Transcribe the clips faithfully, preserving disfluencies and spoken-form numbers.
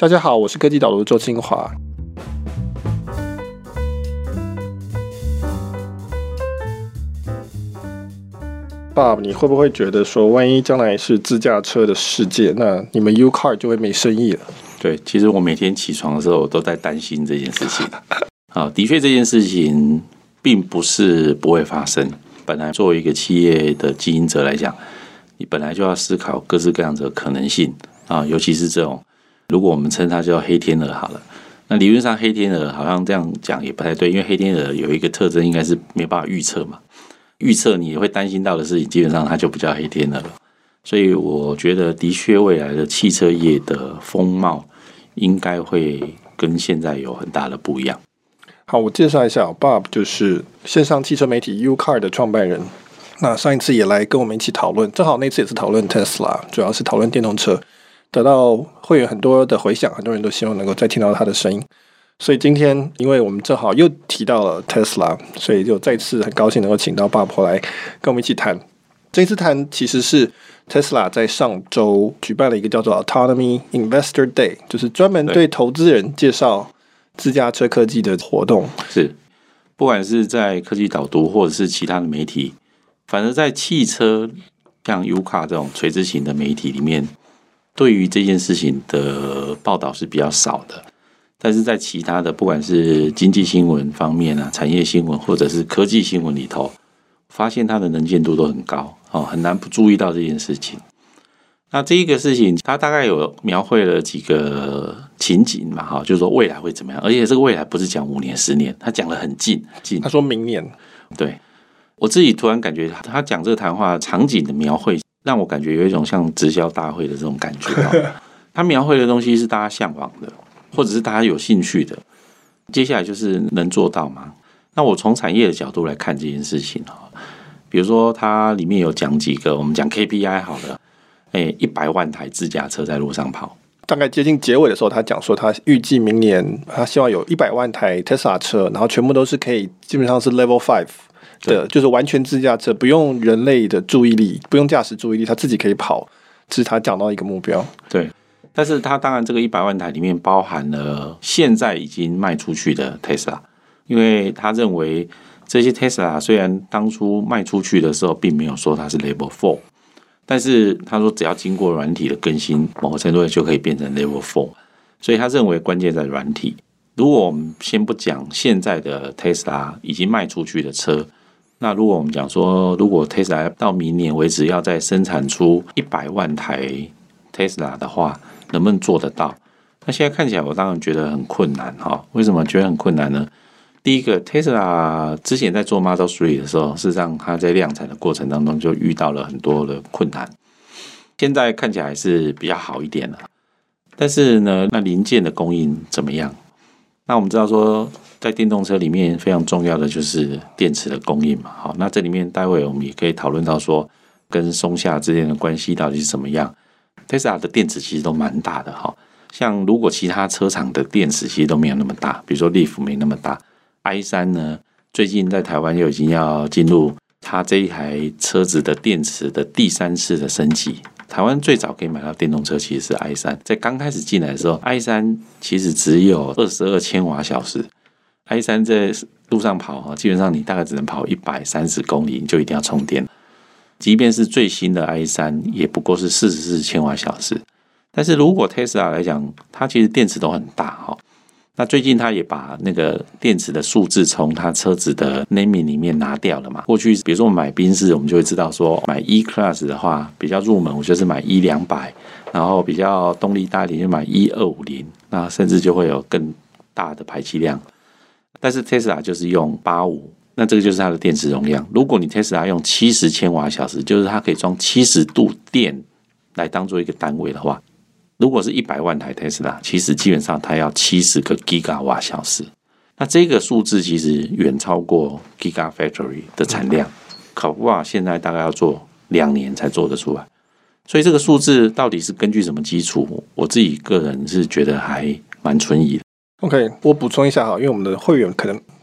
大家好，我是科技导读周清华。Bob， 你会不会觉得说，万一将来是自驾车的世界，那你们 U-Car 就会没生意了？ 对，其实我每天起床的时候，我都在担心这件事情。啊，的确，这件事情并不是不会发生。本来作为一个企业的经营者来讲，你本来就要思考各式各样的可能性啊，尤其是这种，如果我们称它叫黑天鹅好了。那理论上黑天鹅好像这样讲也不太对，因为黑天鹅有一个特征，应该是没办法预测嘛。预测你会担心到的事情，基本上它就不叫黑天鹅了。所以我觉得，的确未来的汽车业的风貌应该会跟现在有很大的不一样。 好，我介绍一下 Bob， 就是线上汽车媒体 U-Car 的创办人。那上一次也来跟我们一起讨论，正好那次也是讨论 Tesla， 主要是讨论电动车，得到会员很多的回响，很多人都希望能够再听到他的声音。所以今天，因为我们正好又提到了 Tesla， 所以就再次很高兴能够请到 Bob 来跟我们一起谈。这次谈其实是 Tesla 在上周举办了一个叫做 Autonomy Investor Day， 就是专门对投资人介绍自驾车科技的活动。 是，不管是在科技导读或者是其他的媒体，反正在汽车像 U-Car 这种垂直型的媒体里面，对于这件事情的报道是比较少的。但是在其他的不管是经济新闻方面啊、产业新闻或者是科技新闻里头，发现它的能见度都很高，哦，很难不注意到这件事情。那这一个事情，它大概有描绘了几个情景嘛，哈，就是说未来会怎么样，而且这个未来不是讲五年、十年，他讲得很近近。 他说明年， 对我自己突然感觉他讲这个谈话场景的描绘，让我感觉有一种像直销大会的这种感觉。他描绘的东西是大家向往的，或者是大家有兴趣的，接下来就是能做到吗？那我从产业的角度来看这件事情，比如说它里面有讲几个，我们讲 K P I 好了，哎，一百万台自驾车在路上跑。 大概接近结尾的时候，他讲说他预计明年他希望有一百万台 Tesla 车，然后全部都是可以，基本上是 Level 五的，就是完全自驾车，不用人类的注意力，不用驾驶注意力，他自己可以跑，这是他讲到一个目标。 对。但是它当然这个一百万台里面包含了现在已经卖出去的 Tesla， 因为他认为这些 Tesla 虽然当初卖出去的时候并没有说它是 Level 四， 但是他说只要经过软体的更新，某个程度就可以变成 Level 四， 所以他认为关键在软体。如果我们先不讲现在的 Tesla 已经卖出去的车，那如果我们讲说，如果 Tesla 到明年为止要再生产出一百万台 Tesla 的话，能不能做得到？那现在看起来，我当然觉得很困难哈。为什么觉得很困难呢？第一个 ，Tesla 之前在做 Model 三的时候，事实上它在量产的过程当中就遇到了很多的困难。现在看起来是比较好一点了，但是呢，那零件的供应怎么样？那我们知道说，在电动车里面非常重要的就是电池的供应嘛。好，那这里面待会我们也可以讨论到说，跟松下之间的关系到底是怎么样。Tesla 的电池其实都蛮大的，像如果其他车厂的电池其实都没有那么大，比如说 Leaf 没那么大 ，i 三 呢，最近在台湾又已经要进入它这一台车子的电池的第三次的升级。台湾最早可以买到电动车其实是 i 三，在刚开始进来的时候 i 三 其实只有二十二千瓦小时 ，i 三 在路上跑，基本上你大概只能跑一百三十公里，你就一定要充电。即便是最新的 i 三 也不过是四十四千瓦小时，但是如果 Tesla 来讲，它其实电池都很大。那最近它也把那个电池的数字从它车子的 naming 里面拿掉了嘛。过去比如说我们买宾士，我们就会知道说买 E Class 的话比较入门，我就是买 E 两百，然后比较动力大一点就买 E 二五零，那甚至就会有更大的排气量。但是 Tesla 就是用八十五。那这个就是它的电池容量。如果你 Tesla 用七十千瓦小时，就是它可以装七十度电来当做一个单位的话，如果是一百万台 Tesla， 其实基本上它要七十个 Gigawatt 小时。那这个数字其实远超过 Gigafactory 的产量，考不好现在大概要做两年才做得出来。所以这个数字到底是根据什么基础？我自己个人是觉得还蛮存疑的。 OK， 我补充一下哈，因为我们的会员可能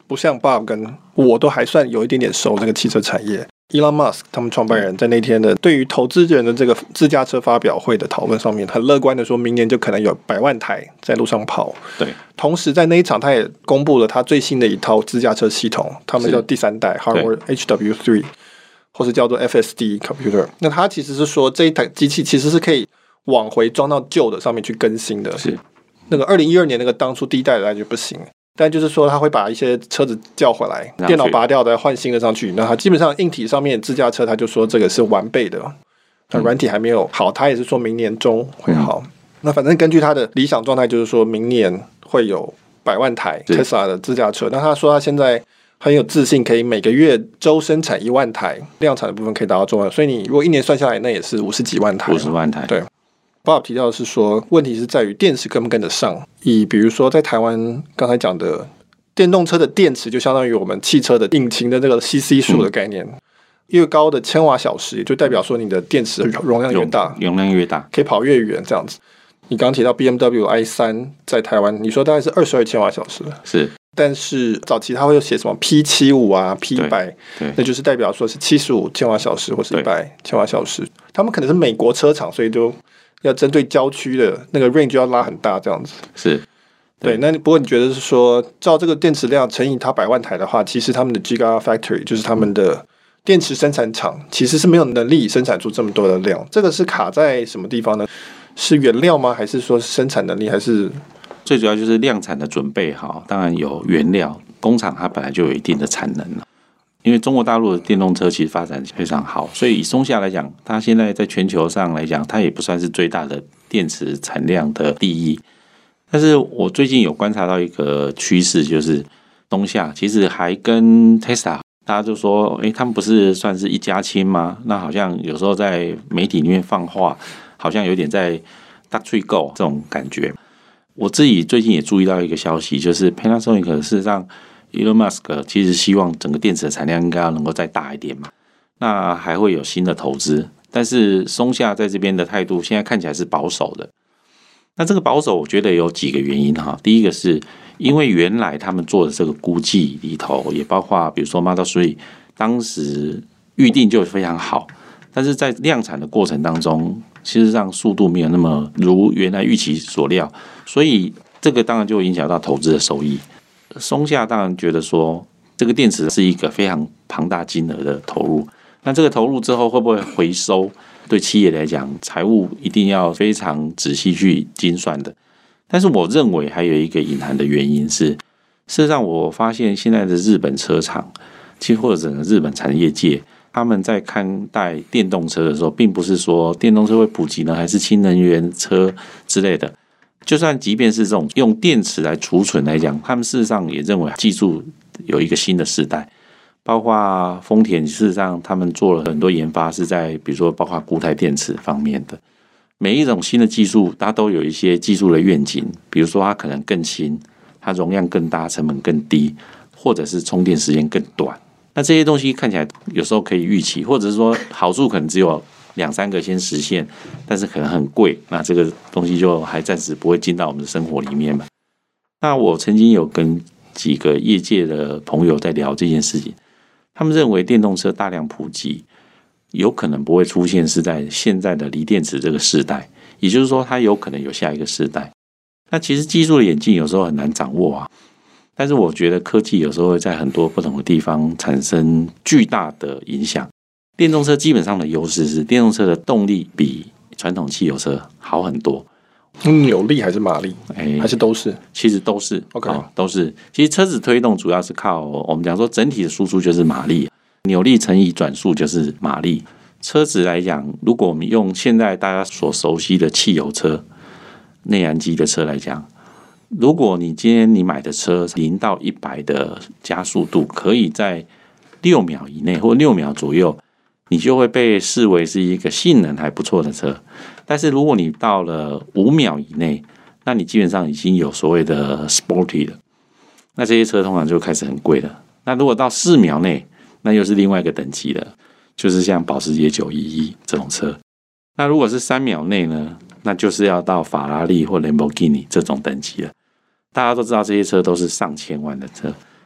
不像 Bob 跟我都还算有一点点熟这个汽车产业。Elon Musk 他们创办人在那天的对于投资人的这个自驾车发表会的讨论上面，很乐观的说明年就可能有百万台在路上跑。 对， 同时在那一场他也公布了他最新的一套自驾车系统，他们叫第三代 Hardware H W 三， 或是叫做 F S D Computer。那他其实是说这一台机器其实是可以往回装到旧的上面去更新的。 是那个二零一二年那个当初第一代的就不行。但就是说，他会把一些车子叫回来，电脑拔掉，再换新的上去。那他基本上硬体上面自驾车，他就说这个是完备的，那软体还没有好，他也是说明年中会好。嗯、那反正根据他的理想状态，就是说明年会有百万台 Tesla 的自驾车。那他说他现在很有自信，可以每个月周生产一万台，量产的部分可以达到中万。所以你如果一年算下来，那也是五十几万台。 五十万台， 对。Bob 提到的是说，问题是在于电池跟不跟得上。以比如说在台湾刚才讲的电动车的电池，就相当于我们汽车的引擎的这个 C C 数的概念，嗯、越高的千瓦小时，也就代表说你的电池容量越大， 容量越大， 可以跑越远这样子。你刚刚提到 B M W i 三 在台湾，你说大概是二十二千瓦小时， 是。 但是早期它会有写什么 P 七十五 啊 P 一百，那就是代表说是七十五千瓦小时或是一百千瓦小时。他们可能是美国车厂，所以就要针对郊区的那个 range 就要拉很大这样子。 是， 对。那不过你觉得是说，照这个电池量乘以它百万台的话，其实他们的 Gigafactory 就是他们的电池生产厂，其实是没有能力生产出这么多的量。这个是卡在什么地方呢？是原料吗？还是说生产能力？还是最主要就是量产的准备好？当然有原料，工厂它本来就有一定的产能了。因为中国大陆的电动车其实发展非常好，所以以松下来讲，它现在在全球上来讲，它也不算是最大的电池产量的第一。但是我最近有观察到一个趋势，就是松下其实还跟 Tesla， 大家就说，诶，他们不是算是一家亲吗？那好像有时候在媒体里面放话，好像有点在大吹狗这种感觉。我自己最近也注意到一个消息，就是 Panasonic 事实上Elon Musk 其实希望整个电池的产量应该要能够再大一点嘛，那还会有新的投资，但是松下在这边的态度现在看起来是保守的。那这个保守我觉得有几个原因哈，第一个是因为原来他们做的这个估计里头也包括比如说 Model 三当时预定就非常好，但是在量产的过程当中事实上速度没有那么如原来预期所料，所以这个当然就会影响到投资的收益。松下当然觉得说这个电池是一个非常庞大金额的投入，那这个投入之后会不会回收，对企业来讲财务一定要非常仔细去精算的。但是我认为还有一个隐含的原因是，事实上我发现现在的日本车厂其实或者整个日本产业界，他们在看待电动车的时候，并不是说电动车会普及呢，还是氢能源车之类的。就算即便是这种用电池来储存来讲，他们事实上也认为技术有一个新的时代，包括丰田事实上他们做了很多研发，是在比如说包括固态电池方面的。每一种新的技术它都有一些技术的愿景，比如说它可能更轻，它容量更大，成本更低，或者是充电时间更短。那这些东西看起来有时候可以预期，或者是说好处可能只有两三个先实现，但是可能很贵，那这个东西就还暂时不会进到我们的生活里面嘛。那我曾经有跟几个业界的朋友在聊这件事情，他们认为电动车大量普及有可能不会出现是在现在的锂电池这个世代，也就是说它有可能有下一个世代。那其实技术的演进有时候很难掌握啊，但是我觉得科技有时候会在很多不同的地方产生巨大的影响。电动车基本上的优势是电动车的动力比传统汽油车好很多。 扭力还是马力、欸、还是都是？其实都是 OK、哦、 都是。其实车子推动主要是靠我们讲说整体的输出就是马力，扭力乘以转速就是马力。车子来讲，如果我们用现在大家所熟悉的汽油车内燃机的车来讲，如果你今天你买的车零到一百的加速度可以在六秒以内或六秒左右，你就会被视为是一个性能还不错的车。但是如果你到了五秒以内，那你基本上已经有所谓的 sporty 了，那这些车通常就开始很贵了。那如果到四秒内，那又是另外一个等级了，就是像保时捷九一一这种车。那如果是三秒内呢，那就是要到法拉利或兰博基尼这种等级了。大家都知道这些车都是上千万的车。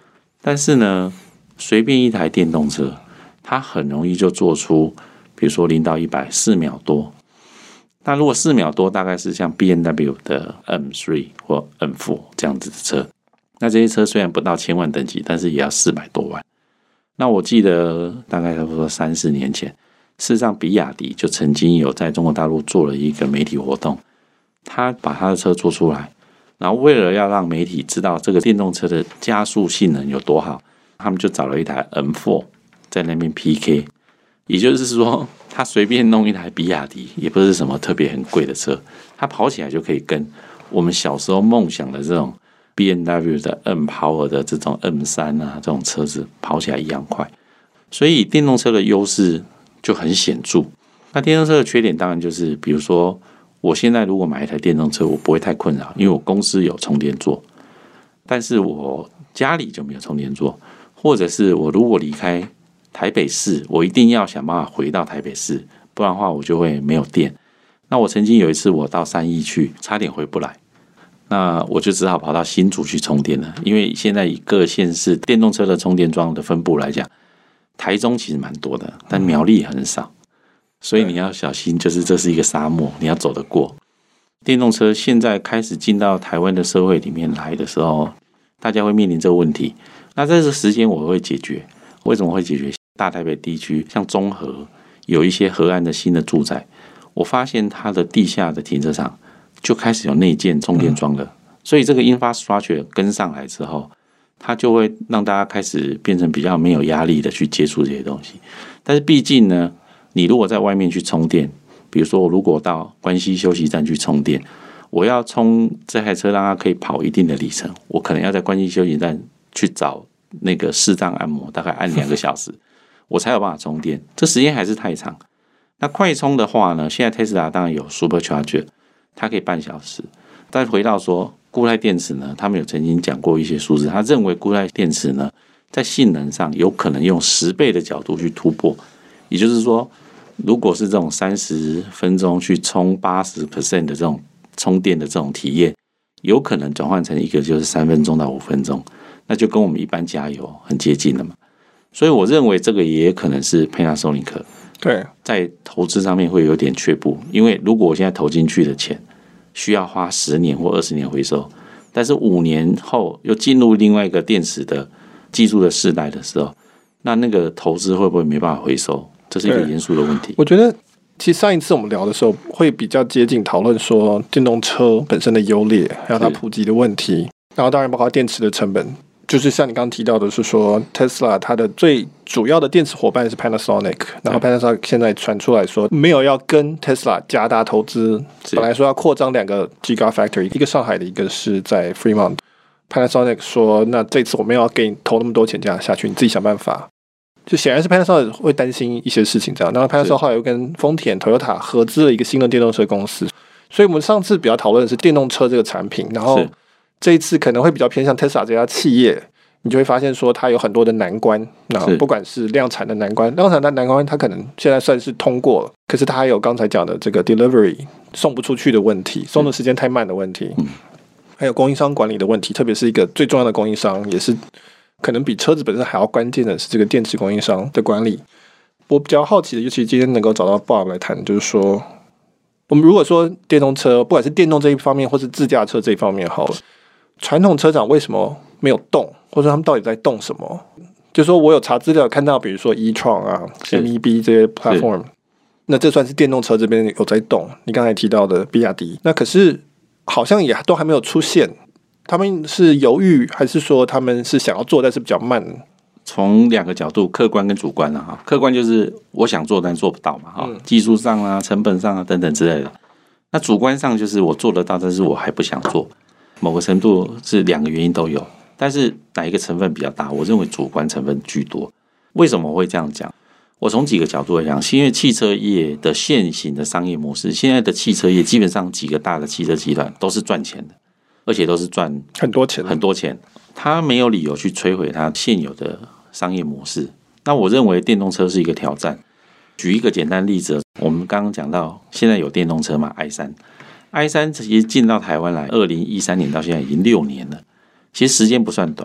但是呢，随便一台电动车，它很容易就做出，比如说零到一百四秒多。那如果四秒多，大概是像 B M W 的 M 三 或 M 四 这样子的车。那这些车虽然不到千万等级，但是也要四百多万。那我记得大概差不多三四年前，事实上比亚迪就曾经有在中国大陆做了一个媒体活动，他把他的车做出来，然后为了要让媒体知道这个电动车的加速性能有多好，他们就找了一台 M 四 在那边 P K。 也就是说，他随便弄一台比亚迪，也不是什么特别很贵的车，他跑起来就可以跟我们小时候梦想的这种 B M W 的 M Power 的这种 M 三 啊，这种车子跑起来一样快。所以电动车的优势就很显著。那电动车的缺点当然就是，比如说我现在如果买一台电动车，我不会太困扰，因为我公司有充电座，但是我家里就没有充电座，或者是我如果离开台北市，我一定要想办法回到台北市，不然的话我就会没有电。那我曾经有一次我到三义去，差点回不来，那我就只好跑到新竹去充电了。因为现在以各县市电动车的充电桩的分布来讲，台中其实蛮多的，但苗栗很少，所以你要小心，就是这是一个沙漠，你要走得过。电动车现在开始进到台湾的社会里面来的时候，大家会面临这个问题。那在这个时间我会解决。为什么会解决？大台北地区像中和有一些河岸的新的住宅，我发现它的地下的停车场就开始有内建充电桩了，所以这个 infrastructure 跟上来之后，它就会让大家开始变成比较没有压力的去接触这些东西。但是毕竟呢，你如果在外面去充电，比如说我如果到关西休息站去充电，我要充这台车让它可以跑一定的里程，我可能要在关西休息站去找那个视障按摩，大概按两个小时我才有办法充电，这时间还是太长。那快充的话呢，现在 Tesla 当然有 Supercharger， 它可以半小时。再回到说固态电池呢，他们有曾经讲过一些数字，他认为固态电池呢在性能上有可能用十倍的角度去突破。也就是说，如果是这种三十分钟去充 百分之八十 的这种充电的这种体验，有可能转换成一个就是三分钟到五分钟，那就跟我们一般加油很接近了嘛。所以我认为这个也可能是 Panasonic 对在投资上面会有点却步，因为如果我现在投进去的钱需要花十年或二十年回收，但是五年后又进入另外一个电池的技术的世代的时候，那那个投资会不会没办法回收？这是一个严肃的问题。 我觉得其实上一次我们聊的时候会比较接近讨论说电动车本身的优劣，还有它普及的问题，然后当然包括电池的成本。就是像你刚刚提到的是说 Tesla 它的最主要的电池伙伴是 Panasonic， 然后 Panasonic 现在传出来说没有要跟 Tesla 加大投资，本来说要扩张两个 Gigafactory， 一个上海的，一个是在 Fremont。 Panasonic 说那这次我们要给你投那么多钱这样下去，你自己想办法。就显然是 Panasonic 会担心一些事情这样，然后 Panasonic 后来又跟丰田 Toyota 合资了一个新的电动车公司。所以我们上次比较讨论的是电动车这个产品，然后这一次可能会比较偏向 Tesla 这家企业，你就会发现说它有很多的难关，那不管是量产的难关，量产的难关它可能现在算是通过了，可是它还有刚才讲的这个 delivery 送不出去的问题，送的时间太慢的问题，还有供应商管理的问题，特别是一个最重要的供应商，也是可能比车子本身还要关键的是这个电池供应商的管理。我比较好奇的，尤其今天能够找到 Bob 来谈，就是说我们如果说电动车，不管是电动这一方面或是自驾车这一方面好了，传统车厂为什么没有动，或者他们到底在动什么？就是说我有查资料看到，比如说 e-tron 啊、M E B 这些 platform， 那这算是电动车这边有在动。你刚才提到的比亚迪，那可是好像也都还没有出现。他们是犹豫，还是说他们是想要做，但是比较慢？ 从两个角度，客观跟主观啊。客观就是我想做但做不到嘛，嗯、技术上啊、成本上啊等等之类的。那主观上就是我做得到，但是我还不想做。某个程度是两个原因都有，但是哪一个成分比较大？我认为主观成分居多。为什么我会这样讲？我从几个角度来讲，是因为汽车业的现行的商业模式，现在的汽车业基本上几个大的汽车集团都是赚钱的，而且都是赚很多钱， 很多钱。他没有理由去摧毁他现有的商业模式。那我认为电动车是一个挑战。举一个简单例子，我们刚刚讲到现在有电动车嘛 ，i 三。i 三 其实进到台湾来，二零一三年到现在已经六年了，其实时间不算短。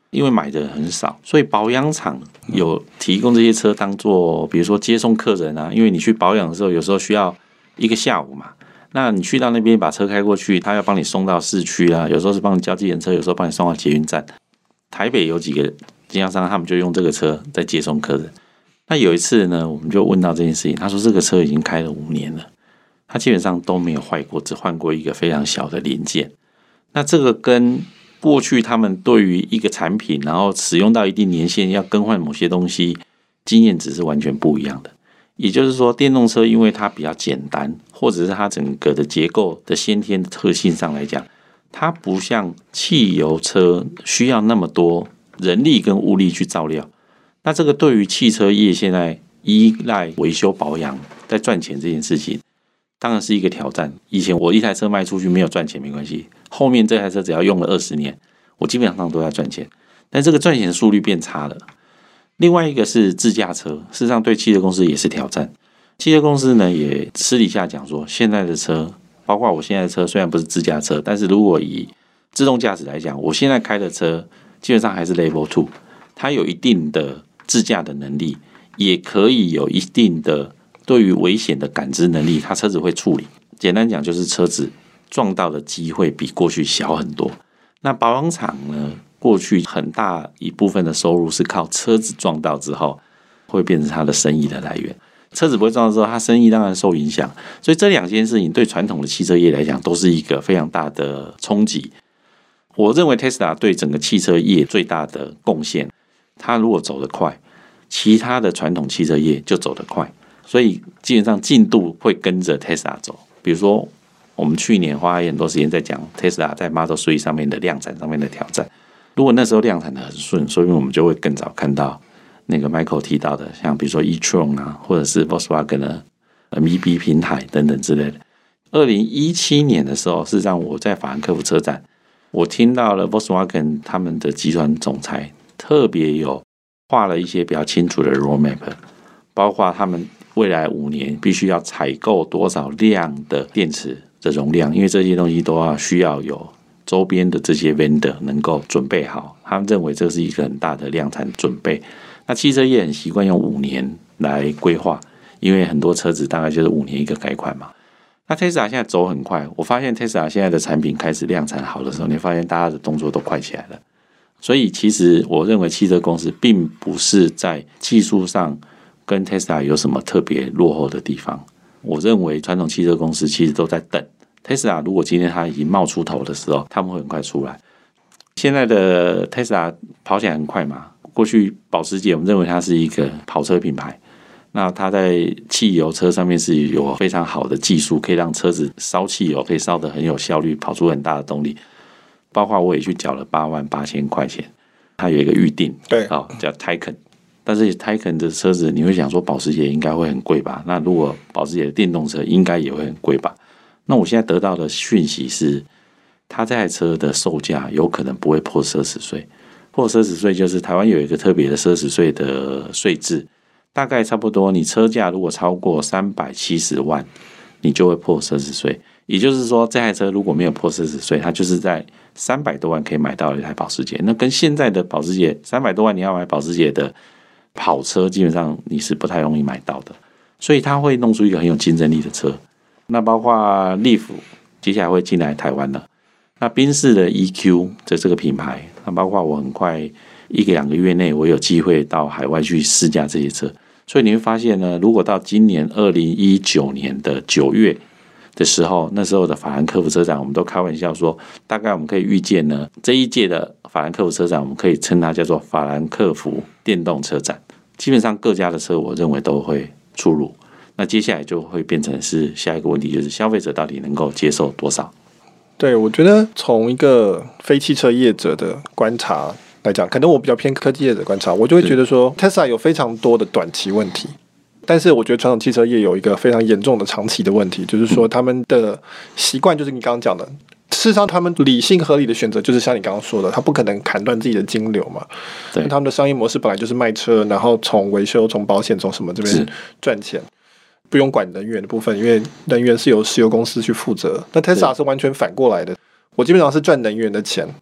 因为买的人很少，所以保养厂有提供这些车当做，比如说接送客人啊，因为你去保养的时候，有时候需要一个下午嘛。那你去到那边把车开过去，他要帮你送到市区啊，有时候是帮你叫计程车，有时候帮你送到捷运站。台北有几个经销商，他们就用这个车在接送客人。那有一次呢，我们就问到这件事情，他说这个车已经开了五年了，他基本上都没有坏过，只换过一个非常小的零件。那这个跟过去他们对于一个产品，然后使用到一定年限要更换某些东西，经验值是完全不一样的。也就是说，电动车因为它比较简单，或者是它整个的结构的先天的特性上来讲，它不像汽油车需要那么多人力跟物力去照料。那这个对于汽车业现在依赖维修保养在赚钱这件事情，当然是一个挑战。以前我一台车卖出去没有赚钱没关系，后面这台车只要用了二十年，我基本上都要赚钱。但这个赚钱速率变差了。另外一个是自驾车，事实上对汽车公司也是挑战。汽车公司呢也私底下讲说，现在的车，包括我现在的车，虽然不是自驾车，但是如果以自动驾驶来讲，我现在开的车基本上还是 Level 二， 它有一定的自驾的能力，也可以有一定的对于危险的感知能力，它车子会处理。简单讲就是车子撞到的机会比过去小很多。那保养厂呢，过去很大一部分的收入是靠车子撞到之后会变成它的生意的来源，车子不会撞到之后，它生意当然受影响。所以这两件事情对传统的汽车业来讲都是一个非常大的冲击。我认为 Tesla 对整个汽车业最大的贡献，它如果走得快，其他的传统汽车业就走得快，所以基本上进度会跟着 Tesla 走。比如说我们去年花很多时间在讲 Tesla 在 Model 三上面的量产上面的挑战，如果那时候量产的很顺，所以我们就会更早看到那个 Michael 提到的，像比如说 e-tron 啊，或者是 Volkswagen 的 M E B 平台等等之类的。二零一七年的时候，事实上我在法兰克福车展，我听到了 Volkswagen 他们的集团总裁特别有画了一些比较清楚的 roadmap， 包括他们未来五年必须要采购多少量的电池的容量，因为这些东西都要需要有周边的这些 vendor 能够准备好，他们认为这是一个很大的量产准备。那汽车业很习惯用五年来规划，因为很多车子大概就是五年一个改款嘛。那 Tesla 现在走很快，我发现 Tesla 现在的产品开始量产好的时候，你发现大家的动作都快起来了。所以其实我认为汽车公司并不是在技术上跟 Tesla 有什么特别落后的地方。我认为传统汽车公司其实都在等 Tesla， 如果今天它已经冒出头的时候，他们会很快出来。现在的 Tesla 跑起来很快嘛，过去保时捷我们认为它是一个跑车品牌，那它在汽油车上面是有非常好的技术，可以让车子烧汽油可以烧得很有效率，跑出很大的动力。包括我也去缴了八万八千块钱，它有一个预定， 对， 哦，叫 Taycan。但是 Taycan 的车子，你会想说保时捷应该会很贵吧？那如果保时捷的电动车应该也会很贵吧？那我现在得到的讯息是，它这台车的售价有可能不会破奢侈税。破奢侈税就是台湾有一个特别的奢侈税的税制，大概差不多你车价如果超过三百七十万，你就会破奢侈税。也就是说，这台车如果没有破奢侈税，它就是在三百多万可以买到一台保时捷。那跟现在的保时捷三百多万你要买保时捷的跑车，基本上你是不太容易买到的。所以它会弄出一个很有竞争力的车。那包括 Leaf 接下来会进来台湾了。那宾士的 E Q 的这个品牌，那包括我很快一个两个月内，我有机会到海外去试驾这些车。所以你会发现呢，如果到今年二零一九年的九月的时候，那时候的法兰克福车展，我们都开玩笑说，大概我们可以预见呢，这一届的法兰克福车展，我们可以称它叫做法兰克福电动车展。基本上各家的车，我认为都会出炉。那接下来就会变成是下一个问题，就是消费者到底能够接受多少？ 对，我觉得从一个非汽车业者的观察来讲，可能我比较偏科技业者的观察，我就会觉得说 Tesla 有非常多的短期问题。但是我觉得传统汽车业有一个非常严重的长期的问题，就是说他们的习惯就是你刚刚讲的，事实上他们理性合理的选择就是像你刚刚说的，他不可能砍断自己的金流嘛。对，他们的商业模式本来就是卖车，然后从维修、从保险、从什么这边赚钱，不用管能源的部分，因为能源是由石油公司去负责。那 Tesla 是完全反过来的，我基本上是赚能源的钱，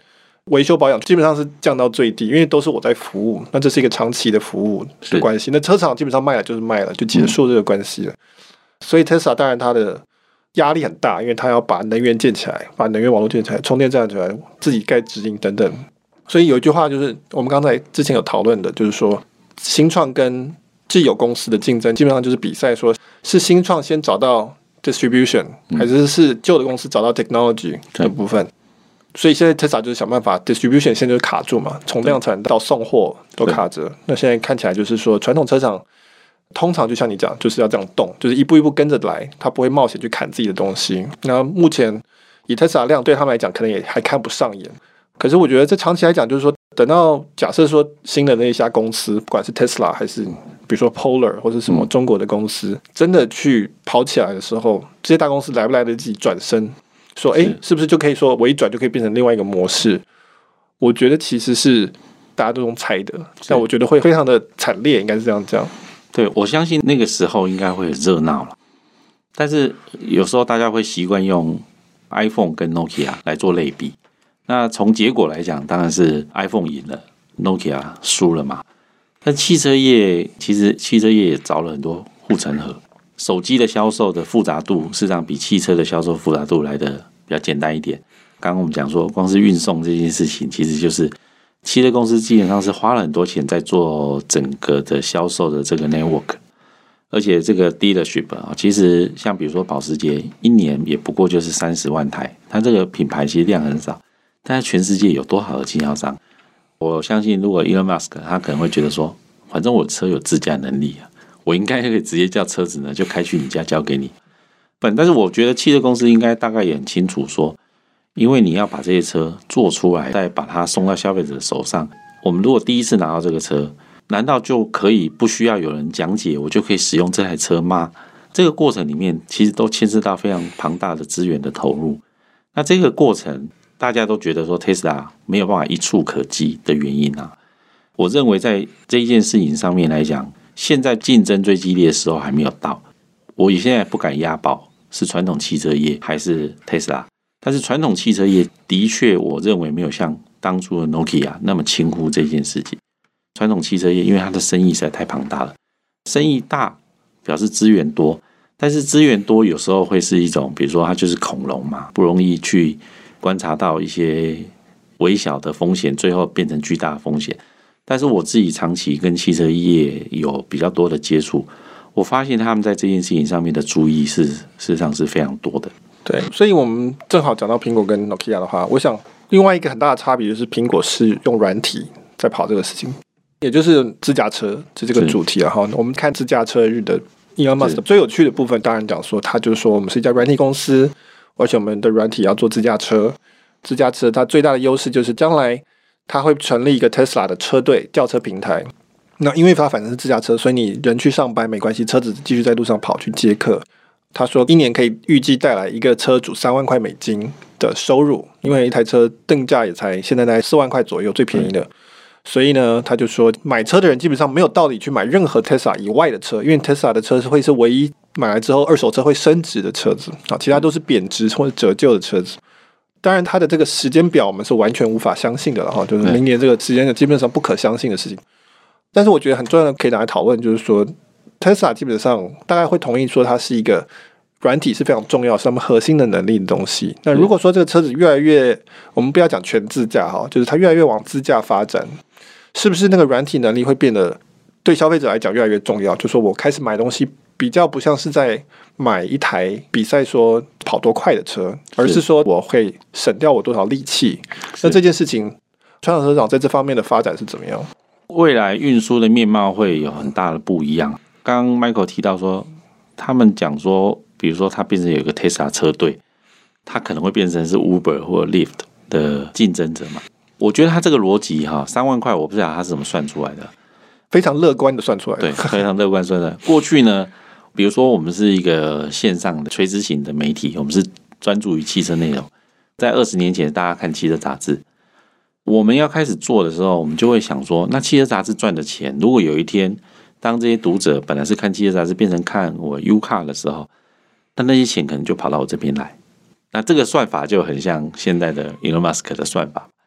维修保养基本上是降到最低，因为都是我在服务，那这是一个长期的服务的关系。那车厂基本上卖了就是卖了，就结束这个关系了。嗯、所以 Tesla 当然它的压力很大，因为它要把能源建起来，把能源网络建起来，充电站起来，自己盖指引等等。所以有一句话就是我们刚才之前有讨论的，就是说新创跟既有公司的竞争基本上就是比赛，说是新创先找到 distribution，、嗯、还是是旧的公司找到 technology 的部分。所以现在 Tesla 就是想办法 distribution 现在就是卡住嘛，从量产到送货都卡着。那现在看起来就是说，传统车厂通常就像你讲，就是要这样动，就是一步一步跟着来，他不会冒险去砍自己的东西。那目前以 Tesla 量对他们来讲，可能也还看不上眼。可是我觉得这长期来讲，就是说，等到假设说新的那一家公司，不管是 Tesla 还是比如说 Polar 或是什么中国的公司，真的去跑起来的时候，这些大公司来不来得及转身？说哎，是不是就可以说我一转就可以变成另外一个模式？我觉得其实是大家都用猜的，但我觉得会非常的惨烈，应该是这样讲。 对，我相信那个时候应该会热闹了，但是有时候大家会习惯用 iPhone 跟 Nokia 来做类比。那从结果来讲，当然是 iPhone 赢了 ，Nokia 输了嘛。但汽车业其实汽车业也找了很多护城河。手机的销售的复杂度，事实上比汽车的销售复杂度来的比较简单一点。刚刚我们讲说，光是运送这件事情，其实就是汽车公司基本上是花了很多钱在做整个的销售的这个 network， 而且这个 dealership 啊，其实像比如说保时捷，一年也不过就是三十万台，它这个品牌其实量很少，但是全世界有多少的经销商？我相信，如果 Elon Musk 他可能会觉得说，反正我车有自驾能力啊。我应该可以直接叫车子呢，就开去你家交给你。本，但是我觉得汽车公司应该大概也很清楚说，因为你要把这些车做出来，再把它送到消费者的手上。我们如果第一次拿到这个车，难道就可以不需要有人讲解，我就可以使用这台车吗？这个过程里面其实都牵涉到非常庞大的资源的投入。那这个过程，大家都觉得说 Tesla 没有办法一触可及的原因啊，我认为在这一件事情上面来讲，现在竞争最激烈的时候还没有到，我现在不敢押宝是传统汽车业还是 Tesla， 但是传统汽车业的确我认为没有像当初的 Nokia 那么轻忽这件事情。传统汽车业因为它的生意实在太庞大了，生意大表示资源多，但是资源多有时候会是一种，比如说它就是恐龙嘛，不容易去观察到一些微小的风险，最后变成巨大的风险。但是我自己长期跟汽车业有比较多的接触，我发现他们在这件事情上面的注意是事实上是非常多的。 对，所以我们正好讲到苹果跟 Nokia 的话，我想另外一个很大的差别就是苹果是用软体在跑这个事情，也就是自驾车是这个主题啊。哈，我们看自驾车日的 Elon Musk 最有趣的部分，当然讲说他就是说我们是一家软体公司，而且我们的软体要做自驾车。自驾车它最大的优势就是将来他会成立一个 Tesla 的车队轿车平台。那因为它反正是自驾车，所以你人去上班没关系，车子继续在路上跑去接客。他说一年可以预计带来一个车主三万块美金的收入，因为一台车定价也才现在大概四万块左右，最便宜的。所以呢，他就说买车的人基本上没有道理去买任何 Tesla 以外的车，因为 Tesla 的车会是唯一买来之后二手车会升值的车子，其他都是贬值或者折旧的车子。当然它的这个时间表我们是完全无法相信的了，就是明年这个时间基本上不可相信的事情。但是我觉得很重要的可以拿来讨论，就是说 Tesla 基本上大概会同意说它是一个软体是非常重要，是他们核心的能力的东西。那如果说这个车子越来越，我们不要讲全自驾哈，就是它越来越往自驾发展，是不是那个软体能力会变得对消费者来讲越来越重要？就是说我开始买东西比较不像是在买一台比赛说跑多快的车，而是说我会省掉我多少力气。那这件事情传统车厂在这方面的发展是怎么样？ 未来运输的面貌会有很大的不一样。刚刚 Michael 提到说，他们讲说，比如说他变成有一个 Tesla 车队，他可能会变成是 Uber 或者 Lyft 的竞争者嘛？我觉得他这个逻辑哈，三万块我不知道他是怎么算出来的， 非常乐观的算出来的。 对，非常乐观算出来的。过去呢，比如说我们是一个线上的垂直型的媒体，我们是专注于汽车内容。在二十年前，大家看汽车杂志，我们要开始做的时候，我们就会想说，那汽车杂志赚的钱，如果有一天当这些读者本来是看汽车杂志变成看我 U-Car 的时候，那那些钱可能就跑到我这边来。那这个算法就很像现在的 Elon Musk 的算法。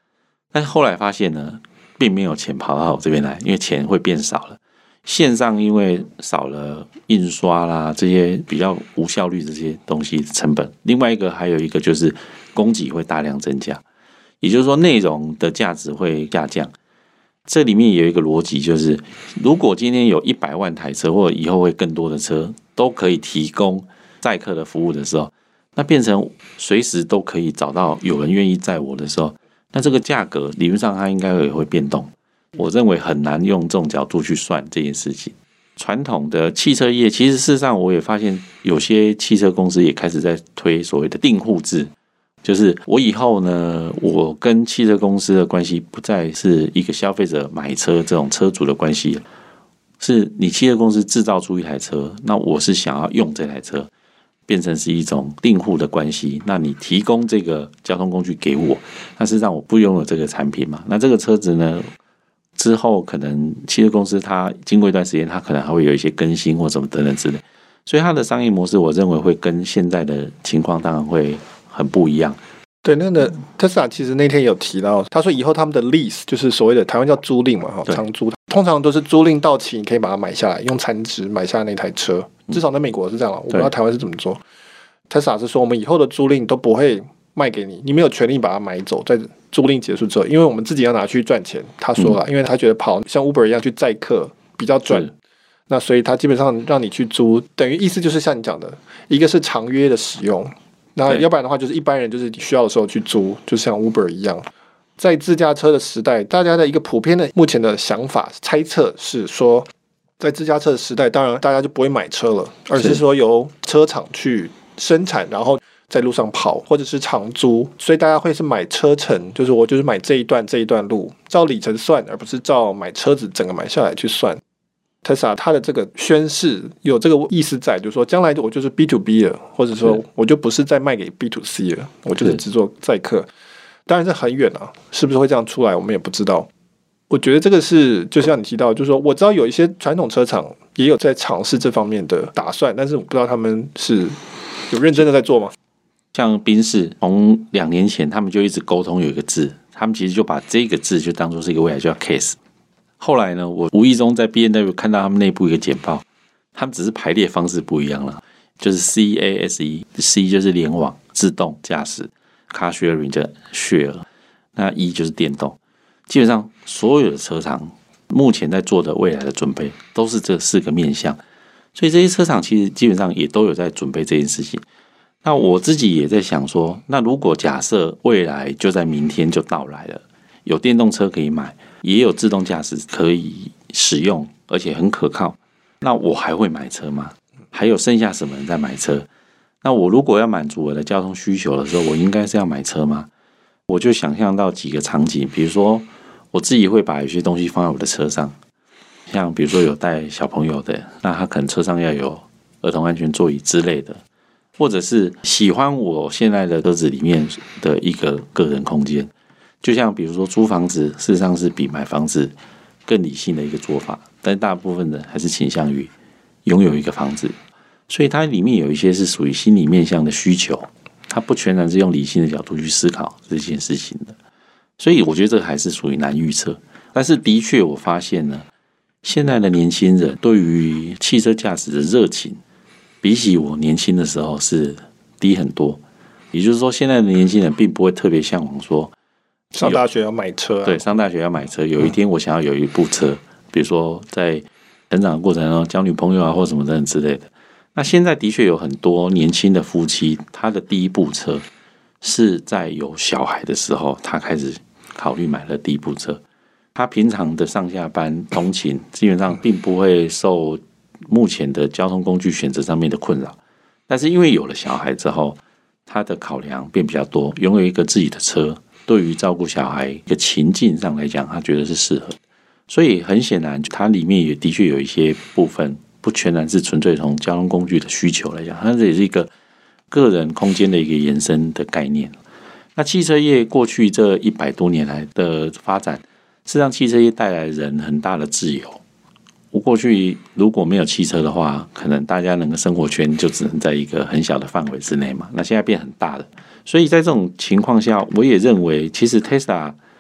但是后来发现呢，并没有钱跑到我这边来，因为钱会变少了。线上因为少了印刷啦这些比较无效率的这些东西成本，另外一个还有一个就是供给会大量增加，也就是说内容的价值会下降。这里面有一个逻辑，就是如果今天有一百万台车，或者以后会更多的车都可以提供载客的服务的时候，那变成随时都可以找到有人愿意载我的时候，那这个价格理论上它应该也会变动。我认为很难用这种角度去算这件事情。传统的汽车业，其实事实上我也发现有些汽车公司也开始在推所谓的订户制，就是我以后呢，我跟汽车公司的关系不再是一个消费者买车这种车主的关系，是你汽车公司制造出一台车，那我是想要用这台车，变成是一种订户的关系。那你提供这个交通工具给我，那事实上我不拥有这个产品嘛？那这个车子呢？之后可能汽车公司它经过一段时间，它可能还会有一些更新或什么等等之类，所以它的商业模式我认为会跟现在的情况当然会很不一样。 对，那个特斯拉其实那天有提到，他说以后他们的 lease 就是所谓的台湾叫租赁嘛，长租，通常都是租赁到期，你可以把它买下来，用残值买下那台车，至少在美国是这样了，我不知道台湾是怎么做。特斯拉是说我们以后的租赁都不会卖给你，你没有权利把它买走，在租赁结束之后，因为我们自己要拿去赚钱。他说了，因为他觉得跑像 Uber 一样去载客比较赚，那所以他基本上让你去租，等于意思就是像你讲的，一个是长约的使用，那要不然的话就是一般人就是需要的时候去租，就像 Uber 一样。在自驾车的时代，大家的一个普遍的目前的想法猜测是说，在自驾车的时代，当然大家就不会买车了，而是说由车厂去生产，然后在路上跑，或者是长租，所以大家会是买车程，就是我就是买这一段这一段路，照里程算，而不是照买车子整个买下来去算。Tesla 它的这个宣示有这个意思在，就是说将来我就是 B to B 了，或者说我就不是再卖给 B to C 了，我就是只做载客。当然这很远啊，是不是会这样出来，我们也不知道。我觉得这个是就像你提到，就是说我知道有一些传统车厂也有在尝试这方面的打算，但是我不知道他们是有认真的在做吗？ 像宾士从两年前他们就一直沟通有一个字，他们其实就把这个字就当作是一个未来叫 case。 后来呢，我无意中在 B M W 看到他们内部一个简报，他们只是排列方式不一样了，就是 C A S E， C 就是联网自动驾驶 Car Sharing 叫 Share， 那 E 就是电动。基本上所有的车厂目前在做的未来的准备都是这四个面向，所以这些车厂其实基本上也都有在准备这件事情。那我自己也在想说，那如果假设未来就在明天就到来了，有电动车可以买，也有自动驾驶可以使用，而且很可靠，那我还会买车吗？还有剩下什么人在买车？那我如果要满足我的交通需求的时候，我应该是要买车吗？我就想象到几个场景，比如说我自己会把有些东西放在我的车上，像比如说有带小朋友的，那他可能车上要有儿童安全座椅之类的，或者是喜欢我现在的车子里面的一个个人空间，就像比如说租房子，事实上是比买房子更理性的一个做法，但大部分人还是倾向于拥有一个房子，所以它里面有一些是属于心理面向的需求，它不全然是用理性的角度去思考这件事情的，所以我觉得这个还是属于难预测。但是的确我发现呢，现在的年轻人对于汽车驾驶的热情比起我年轻的时候是低很多，也就是说现在的年轻人并不会特别向往说上大学要买车、啊、 对，上大学要买车，有一天我想要有一部车、嗯、比如说在成长的过程中交女朋友啊或什么等等之类的。那现在的确有很多年轻的夫妻，他的第一部车是在有小孩的时候他开始考虑买了第一部车，他平常的上下班通勤基本上并不会受目前的交通工具选择上面的困扰，但是因为有了小孩之后，他的考量变比较多，拥有一个自己的车对于照顾小孩一个情境上来讲，他觉得是适合的。所以很显然它里面也的确有一些部分不全然是纯粹从交通工具的需求来讲，它这也是一个个人空间的一个延伸的概念。那汽车业过去这一百多年来的发展是让汽车业带来人很大的自由。我过去如果没有汽车的话，可能大家能够生活圈就只能在一个很小的范围之内嘛，那现在变很大了。所以在这种情况下，我也认为其实 Tesla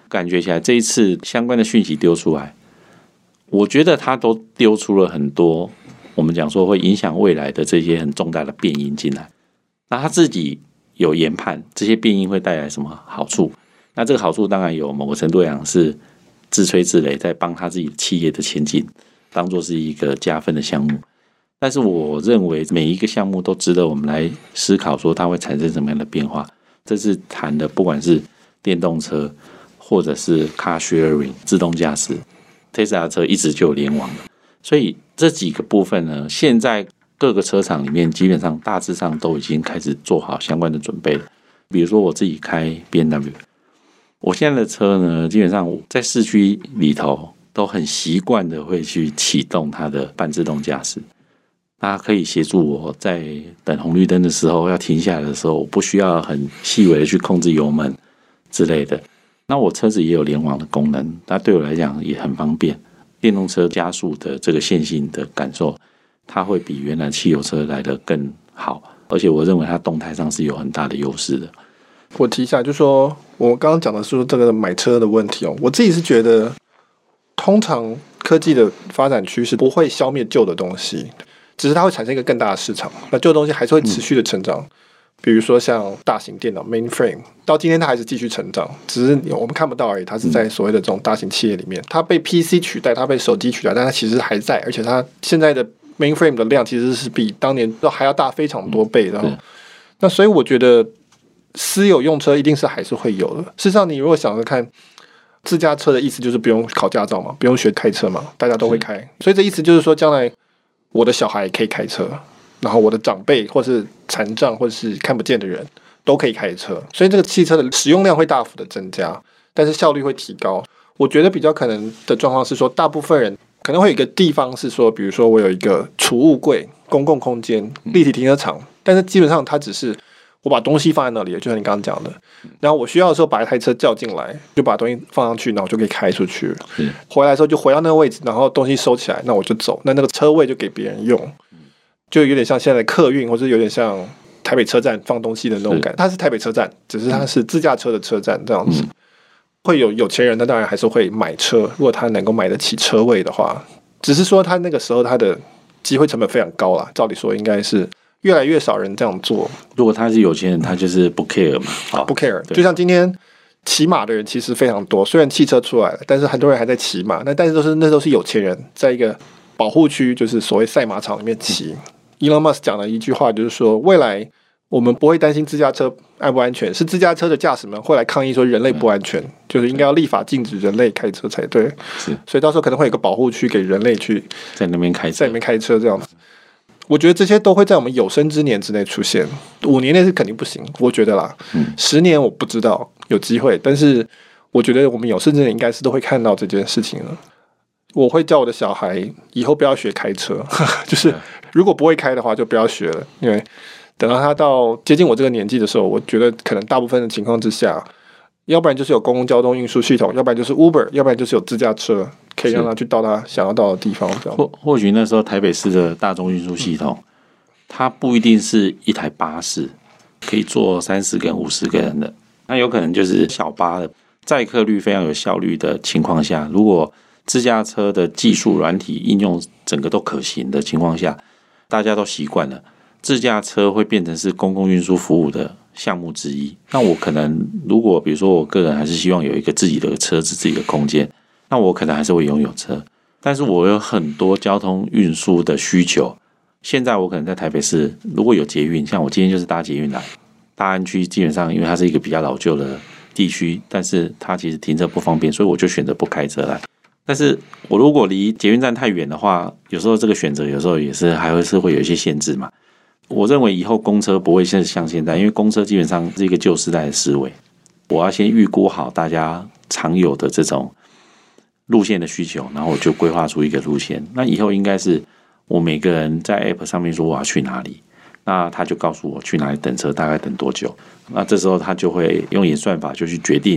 感觉起来这一次相关的讯息丢出来，我觉得他都丢出了很多我们讲说会影响未来的这些很重大的变因进来。那他自己有研判这些变因会带来什么好处，那这个好处当然有某个程度上是自吹自擂，在帮他自己企业的前进当作是一个加分的项目。但是我认为每一个项目都值得我们来思考，说它会产生什么样的变化。这是谈的不管是电动车或者是 car sharing 自动驾驶 ，Tesla 车一直就有联网了。所以这几个部分呢，现在各个车厂里面基本上大致上都已经开始做好相关的准备了。比如说我自己开 B M W， 我现在的车呢，基本上在市区里头都很习惯的会去启动它的半自动驾驶。它可以协助我在等红绿灯的时候要停下来的时候，我不需要很细微的去控制油门之类的。那我车子也有联网的功能，那对我来讲也很方便。电动车加速的这个线性的感受，它会比原来汽油车来得更好，而且我认为它动态上是有很大的优势的。 我提一下，就是说我刚刚讲的是说这个买车的问题哦，我自己是觉得，通常科技的发展趋势不会消灭旧的东西。只是它会产生一个更大的市场，那旧的东西还是会持续的成长。嗯、比如说像大型电脑 mainframe， 到今天它还是继续成长，只是我们看不到而已。它是在所谓的这种大型企业里面，它被 P C 取代，它被手机取代，但它其实还在，而且它现在的 mainframe 的量其实是比当年都还要大非常多倍的。嗯、那所以我觉得私有用车一定是还是会有的。事实上，你如果想着看。自驾车的意思就是不用考驾照嘛，不用学开车嘛，大家都会开，所以这意思就是说，将来我的小孩也可以开车，然后我的长辈或是残障或是看不见的人都可以开车，所以这个汽车的使用量会大幅的增加，但是效率会提高。我觉得比较可能的状况是说，大部分人可能会有一个地方是说，比如说我有一个储物柜、公共空间、立体停车场，但是基本上它只是我把东西放在那里，就像你刚刚讲的，然后我需要的时候把一台车叫进来，就把东西放上去，然后我就可以开出去。回来的时候就回到那个位置，然后东西收起来，那我就走，那那个车位就给别人用，就有点像现在的客运，或者有点像台北车站放东西的那种感觉。它是台北车站，只是它是自驾车的车站这样子。嗯、会有有钱人，他当然还是会买车，如果他能够买得起车位的话，只是说他那个时候他的机会成本非常高啦，照理说应该是。越来越少人这样做。 如果他是有钱人，他就是不 care 嘛，哦、 不 care。就像今天骑马的人其实非常多，虽然汽车出来了，但是很多人还在骑马。那但是都是那都是有钱人，在一个保护区，就是所谓赛马场里面骑。嗯、Elon Musk 讲了一句话，就是说未来我们不会担心自驾车安不安全，是自驾车的驾驶们会来抗议说人类不安全，嗯、就是应该要立法禁止人类开车才对。 是， 所以到时候可能会有个保护区给人类去在那边开车， 在那边开车这样子。我觉得这些都会在我们有生之年之内出现，五年内是肯定不行，我觉得啦。嗯、十年我不知道有机会，但是我觉得我们有生之年应该是都会看到这件事情了。我会叫我的小孩以后不要学开车，就是如果不会开的话就不要学了，因为等到他到接近我这个年纪的时候，我觉得可能大部分的情况之下，要不然就是有公共交通运输系统，要不然就是 Uber， 要不然就是有自驾车。可以让他去到他想要到的地方，这样。 或或许那时候台北市的大众运输系统，它不一定是一台巴士可以坐三十个人、五十个人的，那有可能就是小巴的载客率非常有效率的情况下，如果自驾车的技术软体应用整个都可行的情况下，大家都习惯了，自驾车会变成是公共运输服务的项目之一。那我可能如果比如说我个人还是希望有一个自己的车子、自己的空间。那我可能还是会拥有车，但是我有很多交通运输的需求。现在我可能在台北市，如果有捷运，像我今天就是搭捷运来，大安区基本上因为它是一个比较老旧的地区，但是它其实停车不方便，所以我就选择不开车来。但是我如果离捷运站太远的话，有时候这个选择有时候也是还会是会有一些限制嘛。我认为以后公车不会像现在，因为公车基本上是一个旧时代的思维，我要先预估好大家常有的这种路线的需求，然后我就规划出一个路线。那以后应该是我每个人在 App 上面说我要去哪里，那他就告诉我去哪里等车，大概等多久。那这时候他就会用演算法就去决定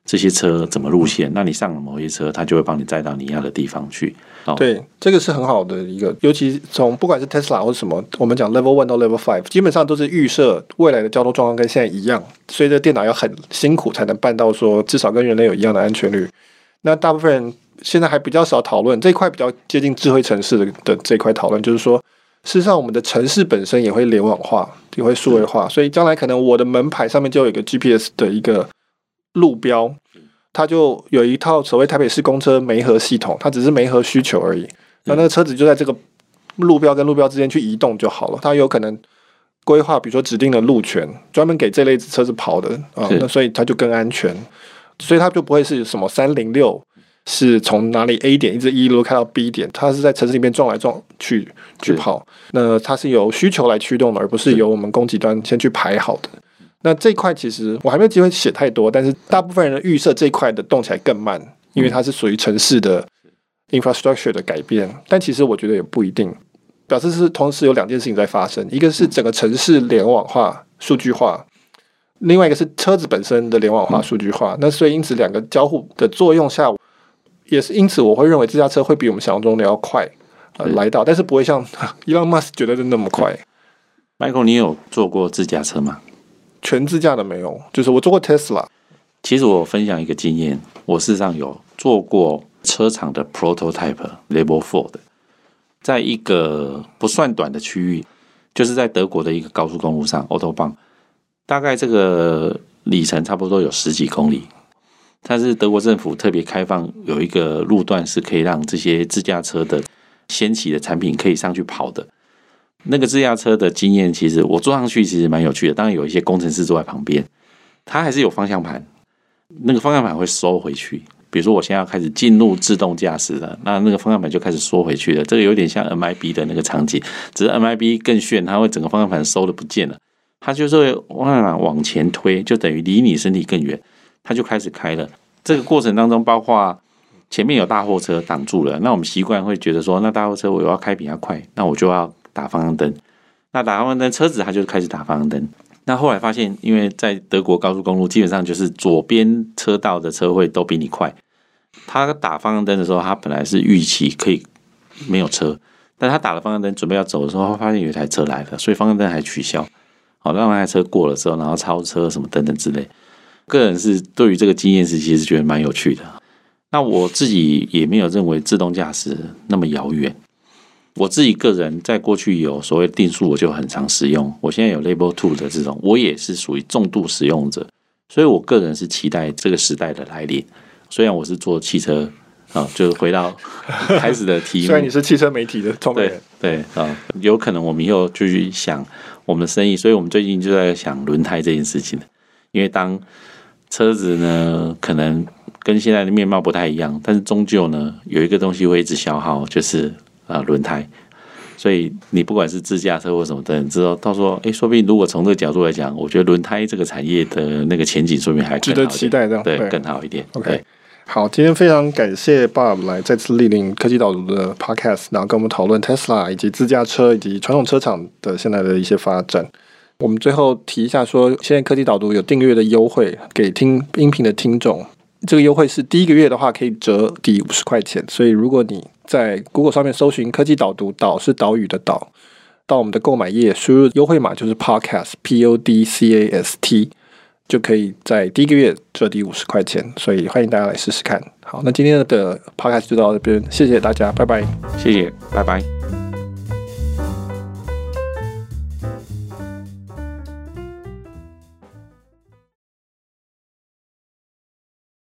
这些车怎么路线，那你上了某些车，它就会帮你载到你要的地方去。哦、 对，这个是很好的一个，尤其从不管是 Tesla 或是什么，我们讲 Level One 到 Level Five， 基本上都是预设未来的交通状况跟现在一样，所以这电脑要很辛苦才能办到说至少跟人类有一样的安全率。那大部分人现在还比较少讨论这一块，比较接近智慧城市 的, 的这一块讨论，就是说事实上我们的城市本身也会联网化，也会数位化，所以将来可能我的门牌上面就有一个 G P S 的一个路标，它就有一套所谓台北市公车媒合系统，它只是媒合需求而已。那那个车子就在这个路标跟路标之间去移动就好了。它有可能规划，比如说指定的路权，专门给这类车子跑的啊，那所以它就更安全。所以它就不会是什么三零六是从哪里 A 点一直一路开到 B 点，它是在城市里面撞来撞去去跑。那它是由需求来驱动的，而不是由我们供给端先去排好的。那这一块其实我还没有机会写太多，但是大部分人的预设这一块的动起来更慢，因为它是属于城市的 infrastructure 的改变。但其实我觉得也不一定，表示是同时有两件事情在发生，一个是整个城市联网化、数据化，另外一个是车子本身的联网化、数据化。那所以因此两个交互的作用下，也是因此我会认为自驾车会比我们想象中的要快、呃、来到，但是不会像 Elon Musk 觉得的那么快。 Michael， 你有坐过自驾车吗？ 全自驾的没有，就是我坐过 Tesla。 其实我分享一个经验，我事实上有坐过车厂的 prototype Level Four 的，在一个不算短的区域，就是在德国的一个高速公路上 Autobahn， 大概这个里程差不多有十几公里。但是德国政府特别开放有一个路段是可以让这些自驾车的先期的产品可以上去跑的。那个自驾车的经验，其实我坐上去其实蛮有趣的。当然有一些工程师坐在旁边，他还是有方向盘，那个方向盘会收回去。比如说我现在要开始进入自动驾驶了，那那个方向盘就开始缩回去了。这个有点像 M I B 的那个场景，只是 M I B 更炫，它会整个方向盘收的不见了，它就是会方向盘往前推，就等于离你身体更远，它就开始开了。这个过程当中，包括前面有大货车挡住了，那我们习惯会觉得说，那大货车我要开比它快，那我就要打方向灯。那打方向灯，车子它就开始打方向灯。那后来发现，因为在德国高速公路基本上就是左边车道的车会都比你快，他打方向灯的时候，他本来是预期可以没有车，但他打了方向灯准备要走的时候，发现有一台车来了，所以方向灯还取消，好让那台车过了之后，然后超车什么等等之类。个人是对于这个经验是其实觉得蛮有趣的。那我自己也没有认为自动驾驶那么遥远。我自己个人在过去有所谓定速，我就很常使用。我现在有 Level Two 的这种，我也是属于重度使用者，所以我个人是期待这个时代的来临。虽然我是做汽车啊，就回到开始的题目。 虽然你是汽车媒体的创办人， 对对啊，有可能我们以后就去想我们的生意，所以我们最近就在想轮胎这件事情。因为当车子呢，可能跟现在的面貌不太一样，但是终究呢，有一个东西会一直消耗，就是啊轮胎。所以你不管是自驾车或什么的，你知道到时候，哎，说不定如果从这个角度来讲，我觉得轮胎这个产业的那个前景，说不定还更好一点，值得期待，这样对， 对更好一点。 OK， 好，今天非常感谢 Bob 来再次莅临科技导读的 Podcast， 然后跟我们讨论 Tesla 以及自驾车以及传统车厂的现在的一些发展。我们最后提一下说，现在科技导读有订阅的优惠给听音频的听众，这个优惠是第一个月的话可以折抵五十块钱，所以如果你在 Google 上面搜寻科技导读，岛是岛屿的岛，到我们的购买页输入优惠码就是 Podcast P O D C A S T， 就可以在第一个月折抵五十块钱，所以欢迎大家来试试看。好，那今天的 Podcast 就到这边，谢谢大家，拜拜。 谢谢，拜拜。